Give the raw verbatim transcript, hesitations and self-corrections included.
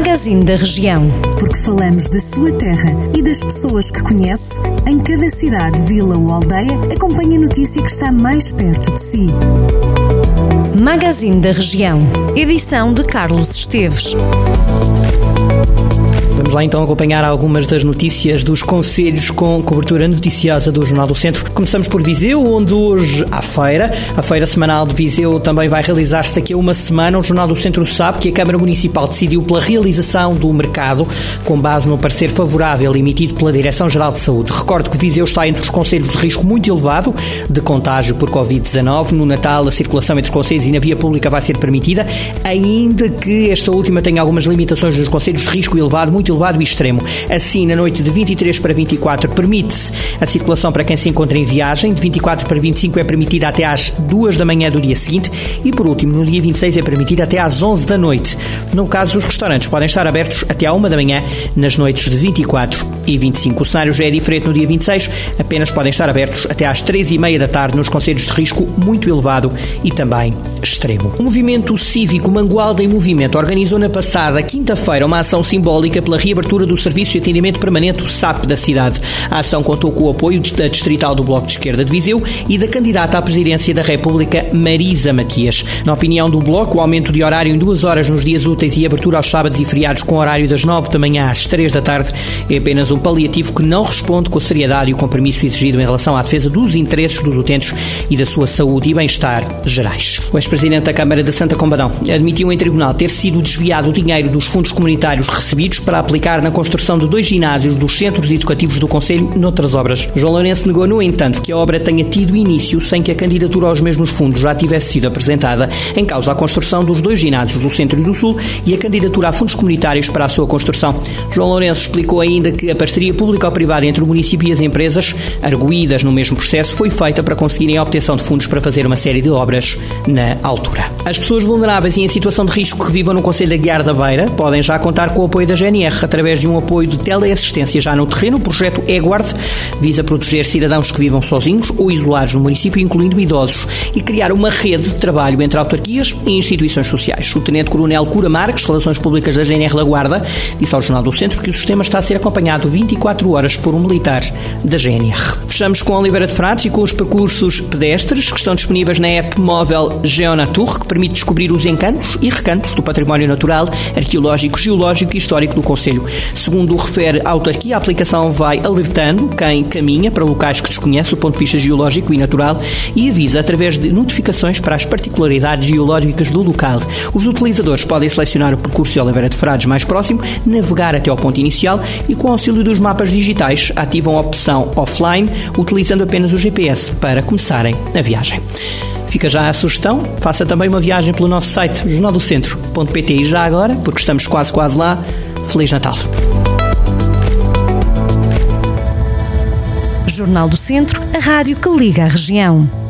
Magazine da Região. Porque falamos da sua terra e das pessoas que conhece, em cada cidade, vila ou aldeia, acompanhe a notícia que está mais perto de si. Magazine da Região. Edição de Carlos Esteves. Vamos lá então acompanhar algumas das notícias dos concelhos com cobertura noticiosa do Jornal do Centro. Começamos por Viseu, onde hoje há feira. A Feira Semanal de Viseu também vai realizar-se daqui a uma semana. O Jornal do Centro sabe que a Câmara Municipal decidiu pela realização do mercado com base no parecer favorável emitido pela Direção-Geral de Saúde. Recordo que Viseu está entre os concelhos de risco muito elevado de contágio por covid dezanove. No Natal, a circulação entre os concelhos e na via pública vai ser permitida, ainda que esta última tenha algumas limitações nos concelhos de risco elevado, muito elevado e extremo. Assim, na noite de vinte e três para vinte e quatro permite-se a circulação para quem se encontra em viagem, de vinte e quatro para vinte e cinco é permitida até às duas da manhã do dia seguinte e, por último, no dia vinte e seis é permitida até às onze da noite. No caso dos restaurantes, podem estar abertos até à uma da manhã nas noites de vinte e quatro e vinte e cinco. O cenário já é diferente no dia vinte e seis, apenas podem estar abertos até às três e meia da tarde nos concelhos de risco muito elevado e também extremo. O Movimento Cívico Mangualda em Movimento organizou na passada quinta-feira uma ação simbólica pela reabertura do Serviço de Atendimento Permanente, o S A P, da cidade. A ação contou com o apoio da distrital do Bloco de Esquerda de Viseu e da candidata à presidência da República, Marisa Matias. Na opinião do Bloco, o aumento de horário em duas horas nos dias úteis e abertura aos sábados e feriados com horário das nove da manhã às três da tarde é apenas um paliativo que não responde com a seriedade e o compromisso exigido em relação à defesa dos interesses dos utentes e da sua saúde e bem-estar gerais. O ex-presidente da Câmara de Santa Combadão admitiu em tribunal ter sido desviado o dinheiro dos fundos comunitários recebidos para aplicar na construção de dois ginásios dos centros educativos do concelho noutras obras. João Lourenço negou, no entanto, que a obra tenha tido início sem que a candidatura aos mesmos fundos já tivesse sido apresentada, em causa a construção dos dois ginásios do Centro e do Sul e a candidatura a fundos comunitários para a sua construção. João Lourenço explicou ainda que a parceria pública ou privada entre o município e as empresas, arguídas no mesmo processo, foi feita para conseguirem a obtenção de fundos para fazer uma série de obras na altura. As pessoas vulneráveis e em situação de risco que vivam no concelho da Guiar da Beira podem já contar com o apoio da G N R através de um apoio de teleassistência já no terreno. O projeto E-Guard visa proteger cidadãos que vivam sozinhos ou isolados no município, incluindo idosos, e criar uma rede de trabalho entre autarquias e instituições sociais. O Tenente-Coronel Cura Marques, Relações Públicas da G N R da Guarda, disse ao Jornal do Centro que o sistema está a ser acompanhado vinte e quatro horas por um militar da G N R. Fechamos com Oliveira de Frades e com os percursos pedestres que estão disponíveis na app móvel Geonatur, que permite descobrir os encantos e recantos do património natural, arqueológico, geológico e histórico do concelho. Segundo refere a autarquia, a aplicação vai alertando quem caminha para locais que desconhece do ponto de vista geológico e natural e avisa através de notificações para as particularidades geológicas do local. Os utilizadores podem selecionar o percurso de Oliveira de Frades mais próximo, navegar até ao ponto inicial e, com o auxílio dos mapas digitais, ativam a opção offline, utilizando apenas o G P S para começarem a viagem. Fica já a sugestão, faça também uma viagem pelo nosso site jornal do centro ponto pt e já agora, porque estamos quase quase lá, Feliz Natal! Jornal do Centro, a rádio que liga a região.